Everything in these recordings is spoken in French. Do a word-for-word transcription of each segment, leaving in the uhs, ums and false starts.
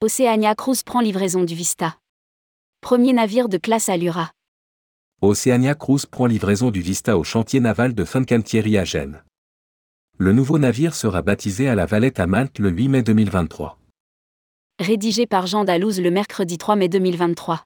Oceania Cruise prend livraison du Vista. Premier navire de classe Allura. Oceania Cruise prend livraison du Vista au chantier naval de Fincantieri à Gênes. Le nouveau navire sera baptisé à la Valette à Malte le huit mai deux mille vingt-trois. Rédigé par Jean Dalouse le mercredi trois mai deux mille vingt-trois.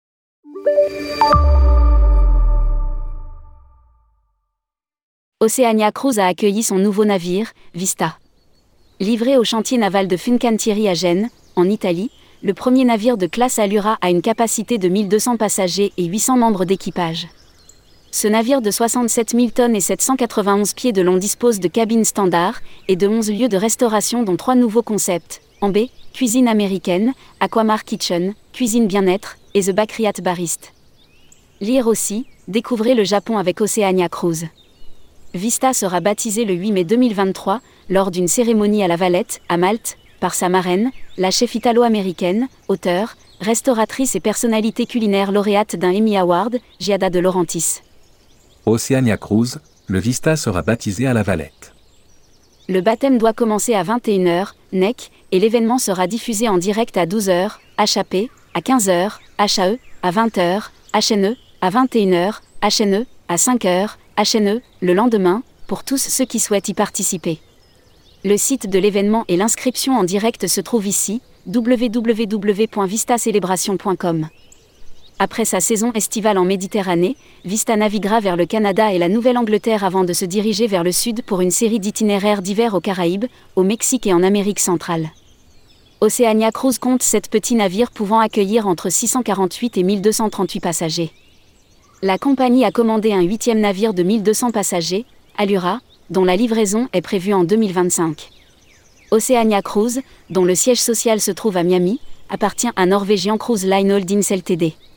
Oceania Cruise a accueilli son nouveau navire, Vista. Livré au chantier naval de Fincantieri à Gênes, en Italie, le premier navire de classe Allura a une capacité de mille deux cents passagers et huit cents membres d'équipage. Ce navire de soixante-sept mille tonnes et sept cent quatre-vingt-onze pieds de long dispose de cabines standards et de onze lieux de restauration dont trois nouveaux concepts, en B, cuisine américaine, Aquamar Kitchen, cuisine bien-être, et The Backyard Barist. Lire aussi, découvrez le Japon avec Oceania Cruise. Vista sera baptisé le huit mai deux mille vingt-trois, lors d'une cérémonie à la Valette, à Malte, par sa marraine, la chef italo-américaine, auteure, restauratrice et personnalité culinaire lauréate d'un Emmy Award, Giada De Laurentiis. Oceania Cruise, le Vista sera baptisé à la Valette. Le baptême doit commencer à vingt et une heures, N E C, et l'événement sera diffusé en direct à douze heures, H A P, à quinze heures, H A E, à vingt heures, H N E, à vingt et une heures, H N E, à cinq heures, H N E, le lendemain, pour tous ceux qui souhaitent y participer. Le site de l'événement et l'inscription en direct se trouvent ici, w w w point vista celebration point com. Après sa saison estivale en Méditerranée, Vista naviguera vers le Canada et la Nouvelle-Angleterre avant de se diriger vers le sud pour une série d'itinéraires d'hiver aux Caraïbes, au Mexique et en Amérique centrale. Oceania Cruise compte sept petits navires pouvant accueillir entre six cent quarante-huit et mille deux cent trente-huit passagers. La compagnie a commandé un huitième navire de mille deux cents passagers, Allura, dont la livraison est prévue en deux mille vingt-cinq. Oceania Cruise, dont le siège social se trouve à Miami, appartient à Norwegian Cruise Line Holdings Ltd.